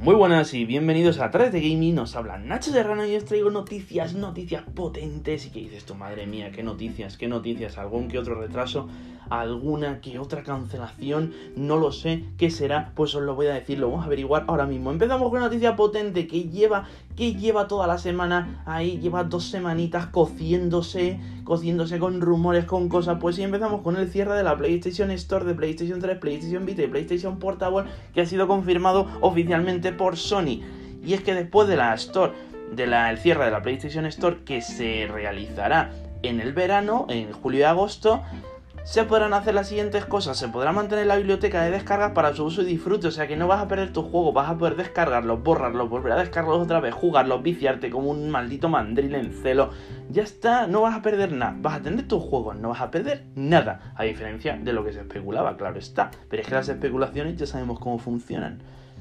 Muy buenas y bienvenidos a Través de Gaming, nos habla Nacho Serrano y os traigo noticias potentes. Y que dices tú, madre mía, qué noticias, algún que otro retraso, alguna que otra cancelación, no lo sé, ¿qué será? Pues os lo voy a decir, lo vamos a averiguar ahora mismo. Empezamos con una noticia potente que lleva toda la semana ahí, lleva 2 semanitas cociéndose con rumores, con cosas. Pues sí, empezamos con el cierre de la PlayStation Store de PlayStation 3, PlayStation Vita y PlayStation Portable, que ha sido confirmado oficialmente por Sony. Y es que después de la Store, el cierre de la PlayStation Store, que se realizará en el verano, en julio y agosto, se podrán hacer las siguientes cosas. Se podrá mantener la biblioteca de descargas para su uso y disfrute, o sea que no vas a perder tu juego, vas a poder descargarlos, borrarlos, volver a descargarlos otra vez, jugarlos, viciarte como un maldito mandril en celo. Ya está, no vas a perder nada, vas a tener tus juegos, no vas a perder nada, a diferencia de lo que se especulaba, claro está, pero es que las especulaciones ya sabemos cómo funcionan.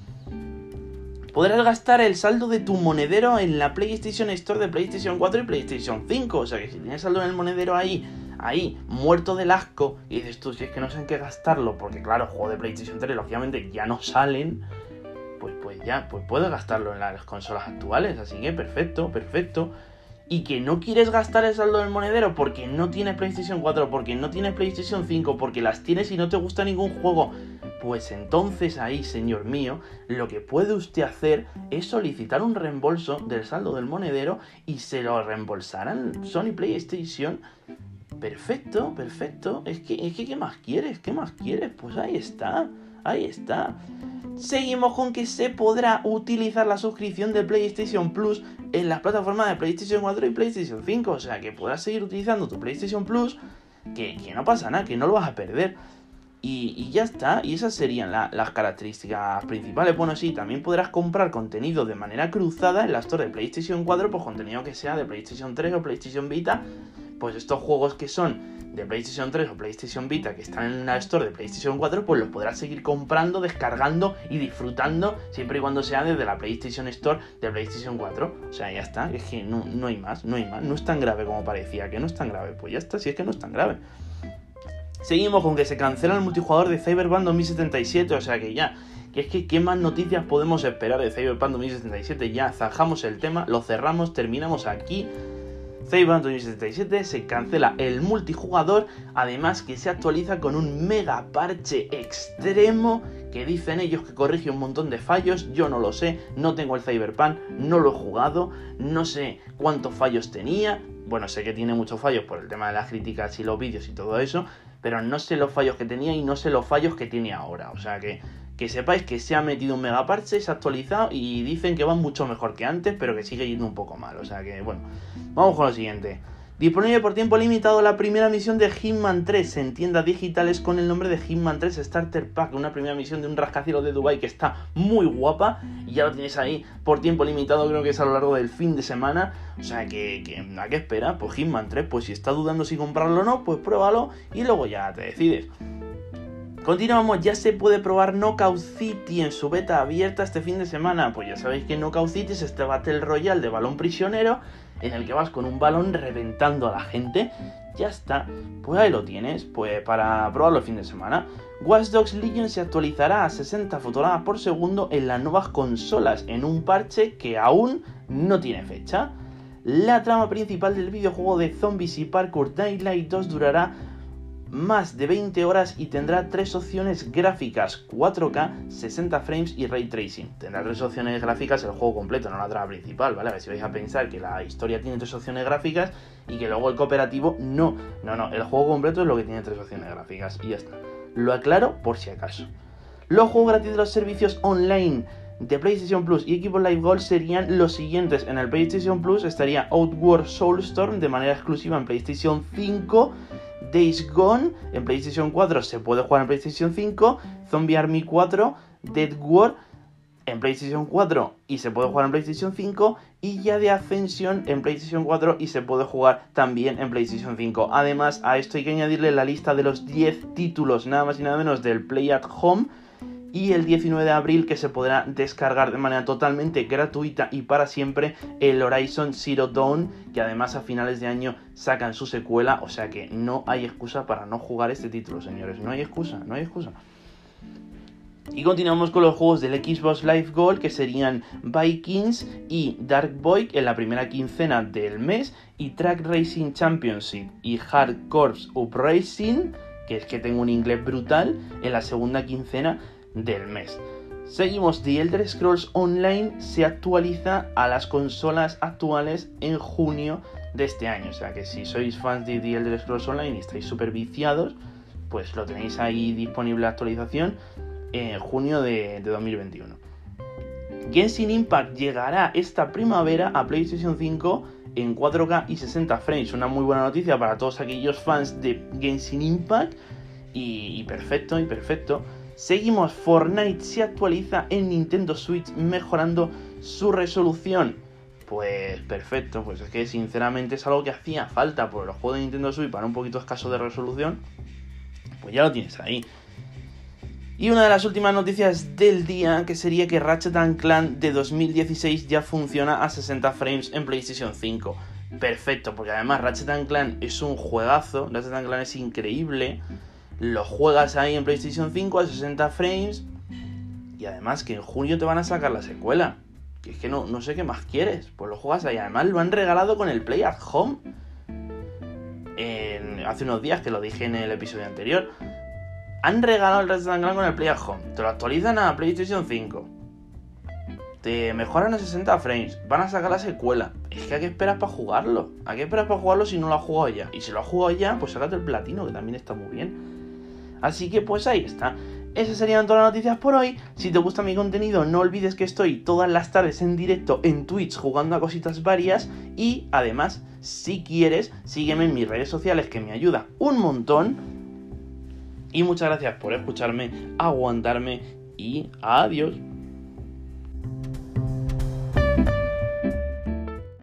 Podrás gastar el saldo de tu monedero en la PlayStation Store de PlayStation 4 y PlayStation 5, o sea que si tienes saldo en el monedero ahí, muerto del asco, y dices tú, si es que no sé en qué gastarlo, porque claro, juegos de PlayStation 3 lógicamente ya no salen, pues puedes gastarlo en las consolas actuales, así que perfecto. Y que no quieres gastar el saldo del monedero porque no tienes PlayStation 4, porque no tienes PlayStation 5, porque las tienes y no te gusta ningún juego, pues entonces ahí, señor mío, lo que puede usted hacer es solicitar un reembolso del saldo del monedero y se lo reembolsarán Sony PlayStation. Perfecto. Es que ¿qué más quieres? Pues ahí está. Seguimos con que se podrá utilizar la suscripción de PlayStation Plus en las plataformas de PlayStation 4 y PlayStation 5. O sea, que podrás seguir utilizando tu PlayStation Plus, que no pasa nada, que no lo vas a perder. Y ya está, y esas serían las características principales. Bueno, sí, también podrás comprar contenido de manera cruzada en la Store de PlayStation 4, pues contenido que sea de PlayStation 3 o PlayStation Vita. Pues estos juegos que son de PlayStation 3 o PlayStation Vita que están en la Store de PlayStation 4, pues los podrás seguir comprando, descargando y disfrutando siempre y cuando sea desde la PlayStation Store de PlayStation 4. O sea, ya está, es que no hay más, no es tan grave como parecía, que no es tan grave. Pues ya está, si es que no es tan grave. Seguimos con que se cancela el multijugador de Cyberpunk 2077, o sea que ya, ¿qué más noticias podemos esperar de Cyberpunk 2077? Ya zanjamos el tema, lo cerramos, terminamos aquí. Cyberpunk 2077 se cancela el multijugador, además que se actualiza con un mega parche extremo que dicen ellos que corrige un montón de fallos. Yo no lo sé, no tengo el Cyberpunk, no lo he jugado, no sé cuántos fallos tenía. Bueno, sé que tiene muchos fallos por el tema de las críticas y los vídeos y todo eso, pero no sé los fallos que tenía y no sé los fallos que tiene ahora. O sea que sepáis que se ha metido un mega parche, se ha actualizado y dicen que va mucho mejor que antes, pero que sigue yendo un poco mal. O sea que, bueno, vamos con lo siguiente. Disponible por tiempo limitado la primera misión de Hitman 3 en tiendas digitales con el nombre de Hitman 3 Starter Pack. Una primera misión de un rascacielos de Dubai que está muy guapa y ya lo tienes ahí por tiempo limitado, creo que es a lo largo del fin de semana. O sea que ¿a qué espera? Pues Hitman 3, pues si estás dudando si comprarlo o no, pues pruébalo y luego ya te decides. Continuamos, ya se puede probar Knockout City en su beta abierta este fin de semana. Pues ya sabéis que Knockout City es este Battle Royale de balón prisionero en el que vas con un balón reventando a la gente. Ya está, pues ahí lo tienes, pues para probarlo el fin de semana. Watch Dogs Legion se actualizará a 60 fotogramas por segundo en las nuevas consolas, en un parche que aún no tiene fecha. La trama principal del videojuego de zombies y parkour Daylight 2 durará más de 20 horas y tendrá 3 opciones gráficas, 4K, 60 frames y Ray Tracing. Tendrá 3 opciones gráficas el juego completo, no la trama principal, ¿vale? A ver si vais a pensar que la historia tiene 3 opciones gráficas y que luego el cooperativo no, el juego completo es lo que tiene 3 opciones gráficas y ya está. Lo aclaro por si acaso. Los juegos gratis de los servicios online de PlayStation Plus y Xbox Live Gold serían los siguientes. En el PlayStation Plus estaría Outward Soulstorm de manera exclusiva en PlayStation 5, Days Gone en PlayStation 4 se puede jugar en PlayStation 5, Zombie Army 4, Dead War en PlayStation 4 y se puede jugar en PlayStation 5, y ya de Ascension en PlayStation 4 y se puede jugar también en PlayStation 5. Además, a esto hay que añadirle la lista de los 10 títulos, nada más y nada menos, del Play at Home, y el 19 de abril que se podrá descargar de manera totalmente gratuita y para siempre el Horizon Zero Dawn, que además a finales de año sacan su secuela, o sea que no hay excusa para no jugar este título, señores, no hay excusa. Y continuamos con los juegos del Xbox Live Gold, que serían Vikings y Dark Void en la primera quincena del mes, y Track Racing Championship y Hard Corps Uprising, que es que tengo un inglés brutal, en la segunda quincena del mes. Seguimos, The Elder Scrolls Online se actualiza a las consolas actuales en junio de este año. O sea que si sois fans de The Elder Scrolls Online y estáis súper viciados, pues lo tenéis ahí disponible la actualización en junio de 2021. Genshin Impact llegará esta primavera a PlayStation 5 en 4K y 60 frames. Una muy buena noticia para todos aquellos fans de Genshin Impact. Y perfecto. Seguimos, Fortnite se actualiza en Nintendo Switch mejorando su resolución. Pues perfecto, pues es que sinceramente es algo que hacía falta, por los juegos de Nintendo Switch para un poquito escaso de resolución. Pues ya lo tienes ahí. Y una de las últimas noticias del día, que sería que Ratchet & Clank de 2016 ya funciona a 60 frames en PlayStation 5. Perfecto, porque además Ratchet & Clank es un juegazo, Ratchet & Clank es increíble, lo juegas ahí en PlayStation 5 a 60 frames, y además que en junio te van a sacar la secuela, que es que no sé qué más quieres, pues lo juegas ahí. Además lo han regalado con el Play at Home, hace unos días, que lo dije en el episodio anterior. Han regalado el Ratchet & Clank con el Play at Home. Te lo actualizan a PlayStation 5. Te mejoran a 60 frames. Van a sacar la secuela. Es que ¿a qué esperas para jugarlo? ¿A qué esperas para jugarlo si no lo has jugado ya? Y si lo has jugado ya, pues sácate el platino, que también está muy bien. Así que pues ahí está. Esas serían todas las noticias por hoy. Si te gusta mi contenido, no olvides que estoy todas las tardes en directo en Twitch jugando a cositas varias. Y además, si quieres, sígueme en mis redes sociales, que me ayuda un montón. Y muchas gracias por escucharme, aguantarme y adiós.